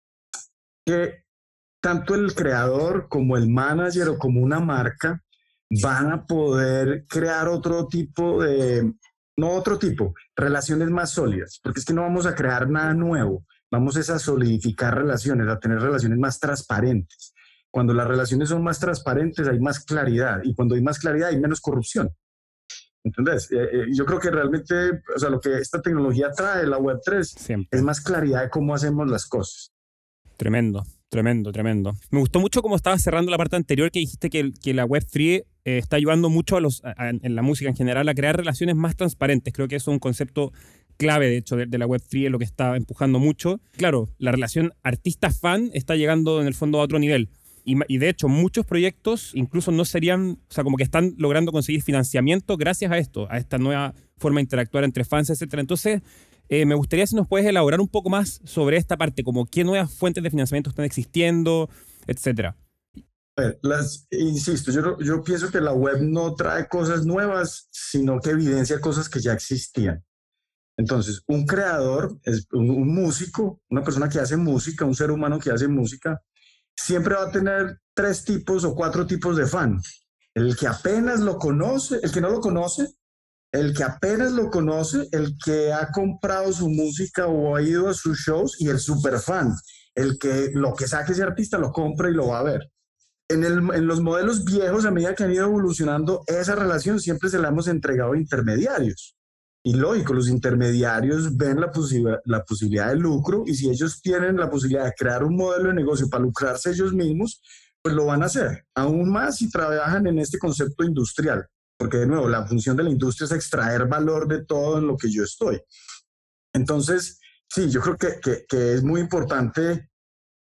que tanto el creador como el manager o como una marca van a poder crear otro tipo de, no otro tipo, relaciones más sólidas, porque es que no vamos a crear nada nuevo, vamos a solidificar relaciones, a tener relaciones más transparentes. Cuando las relaciones son más transparentes hay más claridad, y cuando hay más claridad hay menos corrupción. ¿Entendés? Eh, eh, yo creo que realmente, o sea, lo que esta tecnología trae, la web tres, siempre es más claridad de cómo hacemos las cosas. Tremendo. Tremendo, tremendo. Me gustó mucho cómo estabas cerrando la parte anterior que dijiste que, que la web tres eh, está ayudando mucho a los, a, a, en la música en general a crear relaciones más transparentes. Creo que eso es un concepto clave, de hecho, de, de la web tres, lo que está empujando mucho. Claro, la relación artista-fan está llegando en el fondo a otro nivel. Y, y de hecho, muchos proyectos incluso no serían, o sea, como que están logrando conseguir financiamiento gracias a esto, a esta nueva forma de interactuar entre fans, etcétera. Entonces, Eh, me gustaría si nos puedes elaborar un poco más sobre esta parte, como qué nuevas fuentes de financiamiento están existiendo, etcétera. Las, insisto, yo, yo pienso que la web no trae cosas nuevas, sino que evidencia cosas que ya existían. Entonces, un creador, es un, un músico, una persona que hace música, un ser humano que hace música, siempre va a tener tres tipos o cuatro tipos de fan. El que apenas lo conoce, el que no lo conoce, el que apenas lo conoce, el que ha comprado su música o ha ido a sus shows y el superfan, el que lo que saque ese artista lo compra y lo va a ver. En, el, en los modelos viejos, a medida que han ido evolucionando, esa relación siempre se la hemos entregado a intermediarios. Y lógico, los intermediarios ven la, posi- la posibilidad de lucro y si ellos tienen la posibilidad de crear un modelo de negocio para lucrarse ellos mismos, pues lo van a hacer. Aún más si trabajan en este concepto industrial. Porque de nuevo, la función de la industria es extraer valor de todo en lo que yo estoy. Entonces, sí, yo creo que, que, que es muy importante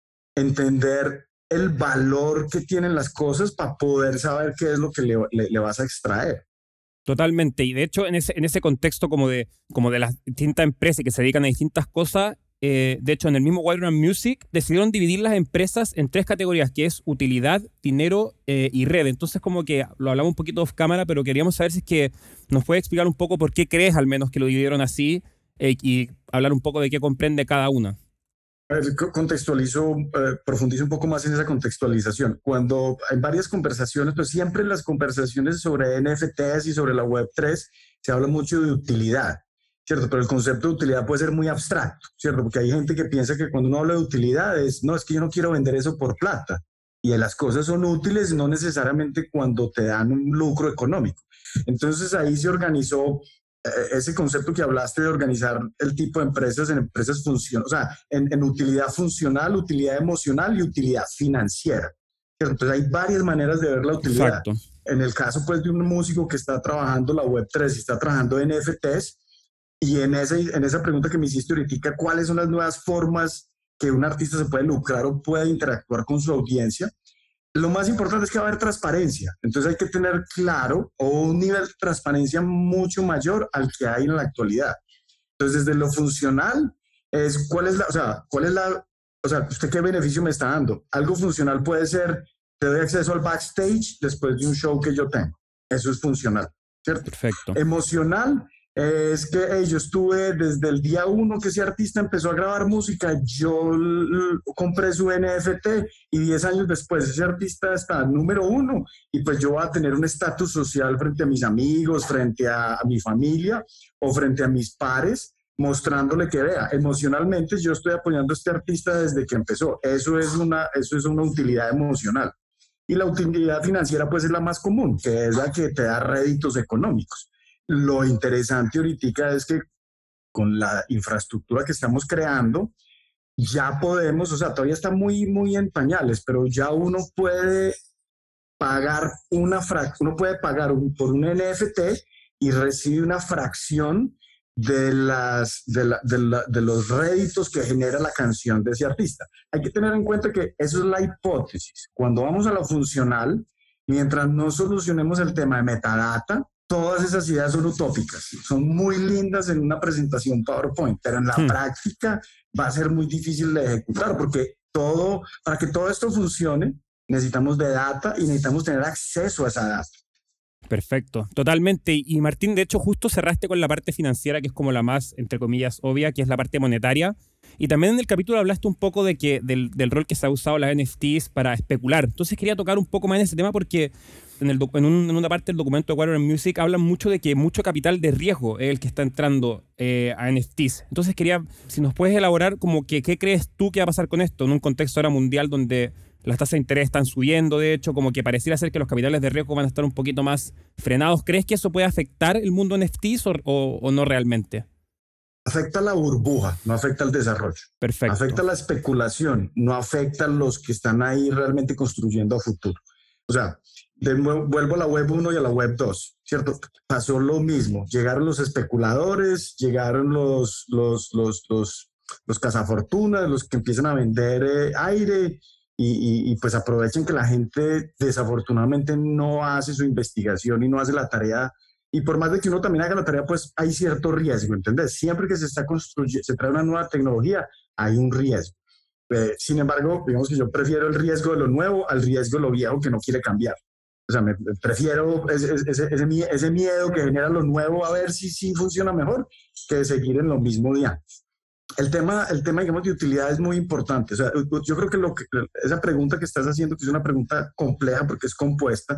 entender el valor que tienen las cosas para poder saber qué es lo que le, le, le vas a extraer. Totalmente. Y de hecho, en ese, en ese contexto como de, como de las distintas empresas que se dedican a distintas cosas, eh, de hecho, en el mismo Warner Music decidieron dividir las empresas en tres categorías, que es utilidad, dinero eh, y red. Entonces, como que lo hablamos un poquito off cámara, pero queríamos saber si es que nos puede explicar un poco por qué crees al menos que lo dividieron así eh, y hablar un poco de qué comprende cada una. A ver, contextualizo, eh, profundizo un poco más en esa contextualización. Cuando hay varias conversaciones, pues siempre en las conversaciones sobre N F Ts y sobre la web tres se habla mucho de utilidad, ¿cierto? Pero el concepto de utilidad puede ser muy abstracto, ¿cierto? Porque hay gente que piensa que cuando uno habla de utilidad es, no, es que yo no quiero vender eso por plata. Y las cosas son útiles no necesariamente cuando te dan un lucro económico. Entonces ahí se organizó ese concepto que hablaste de organizar el tipo de empresas en empresas funcionales, o sea, en, en utilidad funcional, utilidad emocional y utilidad financiera. Entonces hay varias maneras de ver la utilidad. Exacto. En el caso pues de un músico que está trabajando la web tres y está trabajando en N F Ts, y en, ese, en esa pregunta que me hiciste ahorita, ¿cuáles son las nuevas formas que un artista se puede lucrar o puede interactuar con su audiencia? Lo más importante es que va a haber transparencia. Entonces hay que tener claro o un nivel de transparencia mucho mayor al que hay en la actualidad. Entonces, desde lo funcional, es cuál es la, o sea, cuál es la, o sea, ¿usted qué beneficio me está dando? Algo funcional puede ser, te doy acceso al backstage después de un show que yo tengo. Eso es funcional, ¿cierto? Perfecto. Emocional es que hey, yo estuve desde el día uno que ese artista empezó a grabar música, yo l- compré su N F T y diez años después ese artista está número uno y pues yo voy a tener un estatus social frente a mis amigos, frente a, a mi familia o frente a mis pares, mostrándole que vea, emocionalmente yo estoy apoyando a este artista desde que empezó. Eso es una, eso es una utilidad emocional. Y la utilidad financiera pues es la más común, que es la que te da réditos económicos. Lo interesante ahorita es que con la infraestructura que estamos creando, ya podemos, o sea, todavía está muy, muy en pañales, pero ya uno puede pagar una fracción, uno puede pagar un, por un N F T y recibe una fracción de, las, de, la, de, la, de los réditos que genera la canción de ese artista. Hay que tener en cuenta que eso es la hipótesis. Cuando vamos a lo funcional, mientras no solucionemos el tema de metadata, todas esas ideas son utópicas, son muy lindas en una presentación PowerPoint, pero en la hmm. práctica va a ser muy difícil de ejecutar porque todo, para que todo esto funcione, necesitamos de data y necesitamos tener acceso a esa data. Perfecto, totalmente. Y Martín, de hecho, justo cerraste con la parte financiera, que es como la más, entre comillas, obvia, que es la parte monetaria. Y también en el capítulo hablaste un poco de que, del, del rol que se ha usado las N F Ts para especular. Entonces quería tocar un poco más en ese tema porque en, el, en, un, en una parte del documento de Warner Music hablan mucho de que mucho capital de riesgo es el que está entrando eh, a N F Ts. Entonces quería, si nos puedes elaborar como que qué crees tú que va a pasar con esto en un contexto ahora mundial donde las tasas de interés están subiendo, de hecho, como que pareciera ser que los capitales de riesgo van a estar un poquito más frenados. ¿Crees que eso puede afectar el mundo N F Ts o, o, o no realmente? Afecta la burbuja, no afecta el desarrollo. Perfecto. Afecta la especulación, no afecta a los que están ahí realmente construyendo a futuro. O sea, de nuevo, vuelvo a la web uno y a la web dos, ¿cierto? Pasó lo mismo. Llegaron los especuladores, llegaron los, los, los, los, los cazafortunas, los que empiezan a vender eh, aire, Y, y, y pues aprovechen que la gente desafortunadamente no hace su investigación y no hace la tarea. Y por más de que uno también haga la tarea, pues hay cierto riesgo, ¿entendés? Siempre que se está construyendo, se trae una nueva tecnología, hay un riesgo. Eh, sin embargo, digamos que yo prefiero el riesgo de lo nuevo al riesgo de lo viejo que no quiere cambiar. O sea, me, prefiero ese, ese, ese, ese miedo que genera lo nuevo a ver si sí si funciona mejor que seguir en lo mismo de antes. El tema, el tema, digamos, de utilidad es muy importante. O sea, yo creo que, lo que esa pregunta que estás haciendo, que es una pregunta compleja porque es compuesta,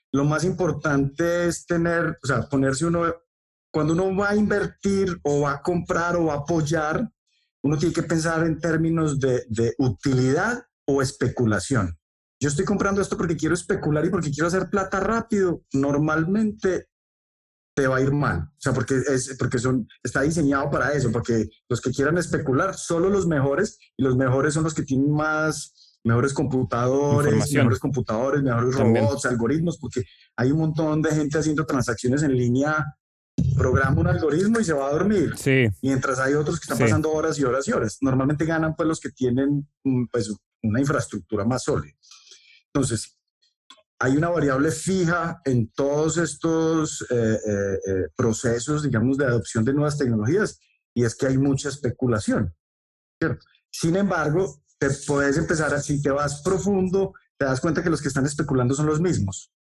lo más importante es tener, o sea, ponerse uno, cuando uno va a invertir o va a comprar o va a apoyar, uno tiene que pensar en términos de, de utilidad o especulación. Yo estoy comprando esto porque quiero especular y porque quiero hacer plata rápido. Normalmente te va a ir mal, o sea, porque, es, porque son, está diseñado para eso, porque los que quieran especular, solo los mejores, y los mejores son los que tienen más, mejores computadores, Información. mejores computadores, mejores También. robots, algoritmos, porque hay un montón de gente haciendo transacciones en línea, programa un algoritmo y se va a dormir. Sí. Mientras hay otros que están Sí. pasando horas y horas y horas. Normalmente ganan pues los que tienen pues, una infraestructura más sólida. Entonces, hay una variable fija en todos estos eh, eh, eh, procesos, digamos, de adopción de nuevas tecnologías, y es que hay mucha especulación, ¿cierto? Sin embargo, te puedes empezar, a, si te vas profundo, te das cuenta que los que están especulando son los mismos.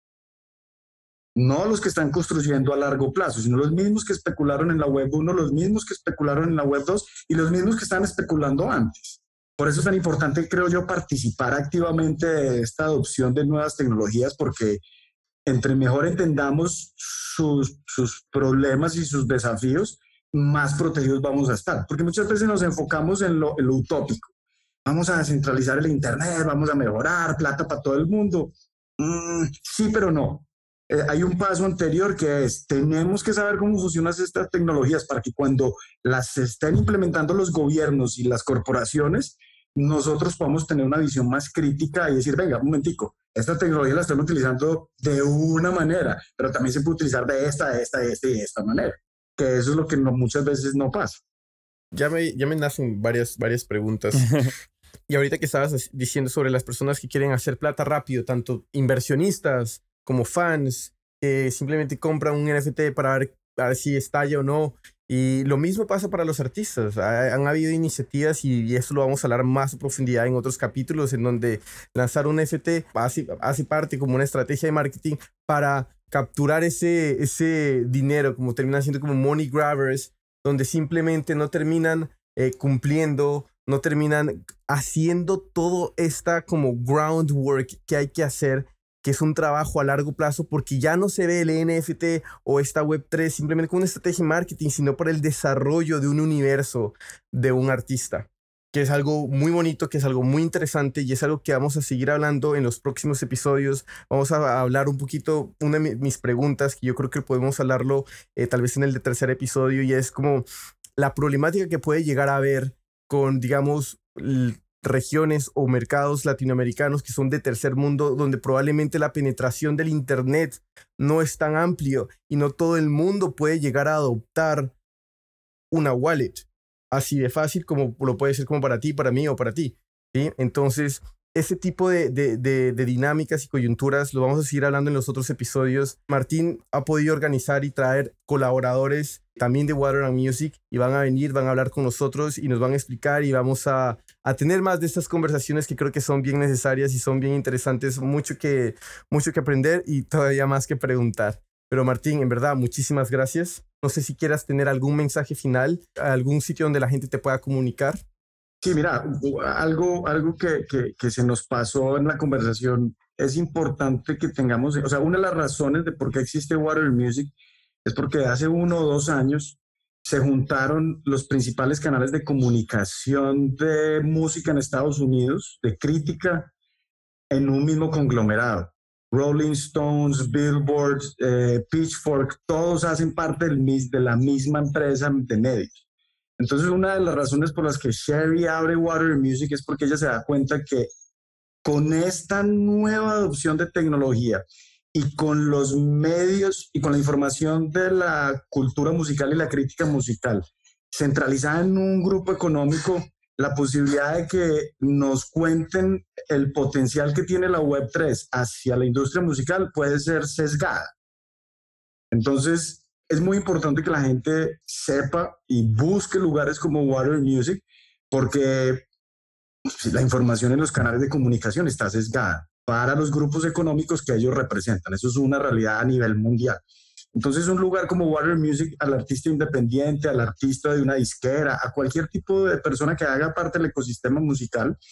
No los que están construyendo a largo plazo, sino los mismos que especularon en la web uno, los mismos que especularon en la web dos y los mismos que están especulando antes. Por eso es tan importante, creo yo, participar activamente de esta adopción de nuevas tecnologías, porque entre mejor entendamos sus, sus problemas y sus desafíos, más protegidos vamos a estar. Porque muchas veces nos enfocamos en lo, en lo utópico. Vamos a descentralizar el Internet, vamos a mejorar, plata para todo el mundo. Mm, sí, pero no. Eh, hay un paso anterior que es, tenemos que saber cómo funcionan estas tecnologías para que cuando las estén implementando los gobiernos y las corporaciones, nosotros podamos tener una visión más crítica y decir, venga, un momentico, esta tecnología la están utilizando de una manera, pero también se puede utilizar de esta, de esta, de esta y de esta manera. Que eso es lo que no, muchas veces no pasa. Ya me, ya me nacen varias, varias preguntas. Y ahorita que estabas diciendo sobre las personas que quieren hacer plata rápido, tanto inversionistas como fans, que simplemente compran un N F T para ver, para ver si estalla o no. Y lo mismo pasa para los artistas. Ha, han habido iniciativas, y, y esto lo vamos a hablar más a profundidad en otros capítulos, en donde lanzar un N F T hace, hace parte como una estrategia de marketing para capturar ese, ese dinero, como terminan siendo como money grabbers, donde simplemente no terminan eh, cumpliendo, no terminan haciendo todo esta como groundwork que hay que hacer, que es un trabajo a largo plazo, porque ya no se ve el N F T o esta web tres simplemente como una estrategia de marketing, sino por el desarrollo de un universo de un artista, que es algo muy bonito, que es algo muy interesante, y es algo que vamos a seguir hablando en los próximos episodios. Vamos a hablar un poquito, una de mis preguntas, que yo creo que podemos hablarlo eh, tal vez en el de tercer episodio, y es como la problemática que puede llegar a haber con, digamos, regiones o mercados latinoamericanos que son de tercer mundo, donde probablemente la penetración del Internet no es tan amplio y no todo el mundo puede llegar a adoptar una wallet así de fácil como lo puede ser como para ti, para mí o para ti, ¿sí? Entonces, ese tipo de, de, de, de dinámicas y coyunturas lo vamos a seguir hablando en los otros episodios. Martín ha podido organizar y traer colaboradores también de Water and Music, y van a venir, van a hablar con nosotros y nos van a explicar, y vamos a, a tener más de estas conversaciones que creo que son bien necesarias y son bien interesantes, mucho que, mucho que aprender y todavía más que preguntar. Pero Martín, en verdad, muchísimas gracias. No sé si quieras tener algún mensaje final, algún sitio donde la gente te pueda comunicar. Sí, mira, algo, algo que, que, que se nos pasó en la conversación, es importante que tengamos, o sea, una de las razones de por qué existe Water Music es porque hace uno o dos años se juntaron los principales canales de comunicación de música en Estados Unidos, de crítica, en un mismo conglomerado. Rolling Stones, Billboard, eh, Pitchfork, todos hacen parte del, de la misma empresa de medios. Entonces, una de las razones por las que Sherry abre Water Music es porque ella se da cuenta que con esta nueva adopción de tecnología y con los medios y con la información de la cultura musical y la crítica musical centralizada en un grupo económico, la posibilidad de que nos cuenten el potencial que tiene la web tres hacia la industria musical puede ser sesgada. Entonces, es muy importante que la gente sepa y busque lugares como Water Music, porque la información en los canales de comunicación está sesgada para los grupos económicos que ellos representan. Eso es una realidad a nivel mundial. Entonces, un lugar como Water Music, al artista independiente, al artista de una disquera, a cualquier tipo de persona que haga parte del ecosistema musical,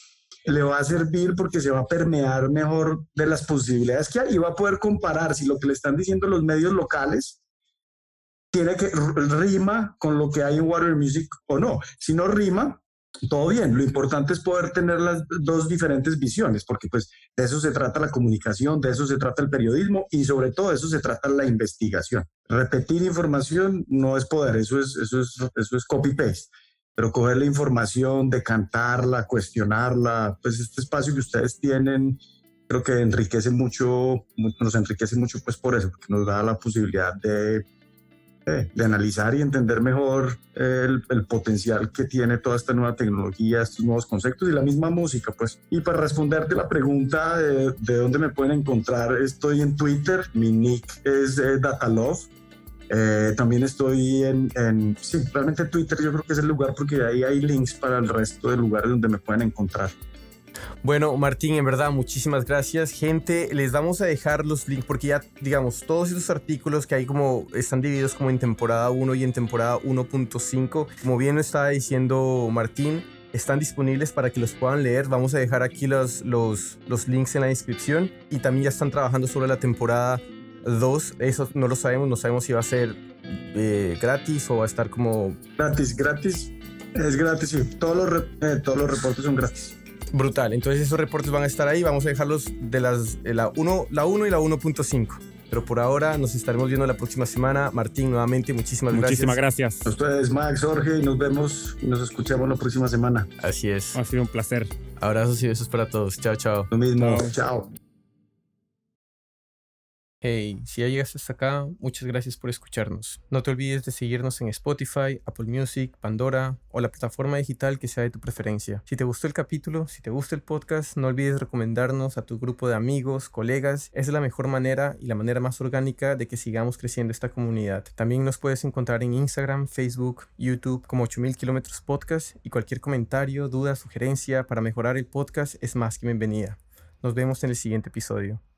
le va a servir porque se va a permear mejor de las posibilidades que hay y va a poder comparar si lo que le están diciendo los medios locales tiene que rima con lo que hay en Warner Music o no. Si no rima, todo bien. Lo importante es poder tener las dos diferentes visiones, porque pues de eso se trata la comunicación, de eso se trata el periodismo y sobre todo de eso se trata la investigación. Repetir información no es poder, eso es, eso es, eso es copy-paste. Pero coger la información, decantarla, cuestionarla, pues este espacio que ustedes tienen, creo que enriquece mucho, nos enriquece mucho pues por eso, porque nos da la posibilidad de, de, de analizar y entender mejor el, el potencial que tiene toda esta nueva tecnología, estos nuevos conceptos y la misma música, pues. Y para responderte la pregunta de, de dónde me pueden encontrar, estoy en Twitter, mi nick es eh, Datalove. Eh, también estoy en, en, sí, realmente Twitter yo creo que es el lugar porque ahí hay links para el resto de lugares donde me pueden encontrar. Bueno, Martín, en verdad, muchísimas gracias. Gente, les vamos a dejar los links porque ya, digamos, todos estos artículos que hay como, están divididos como en temporada uno y en temporada uno punto cinco. Como bien lo estaba diciendo Martín, están disponibles para que los puedan leer. Vamos a dejar aquí los, los, los links en la descripción y también ya están trabajando sobre la temporada dos, eso no lo sabemos, no sabemos si va a ser eh, gratis o va a estar como... Gratis, gratis, es gratis, sí. Todos los, re, eh, todos los reportes son gratis. Brutal, entonces esos reportes van a estar ahí, vamos a dejarlos de las, de la uno y la uno punto cinco. Pero por ahora nos estaremos viendo la próxima semana. Martín, nuevamente, muchísimas, muchísimas gracias. gracias. A ustedes, Max, Jorge, y nos vemos y nos escuchamos la próxima semana. Así es. Ha sido un placer. Abrazos y besos para todos. Chao, chao. Lo mismo, Chao. chao. Hey, si ya llegaste hasta acá, muchas gracias por escucharnos. No te olvides de seguirnos en Spotify, Apple Music, Pandora o la plataforma digital que sea de tu preferencia. Si te gustó el capítulo, si te gusta el podcast, no olvides recomendarnos a tu grupo de amigos, colegas. Esa es la mejor manera y la manera más orgánica de que sigamos creciendo esta comunidad. También nos puedes encontrar en Instagram, Facebook, YouTube como ocho mil kilómetros podcast y cualquier comentario, duda, sugerencia para mejorar el podcast es más que bienvenida. Nos vemos en el siguiente episodio.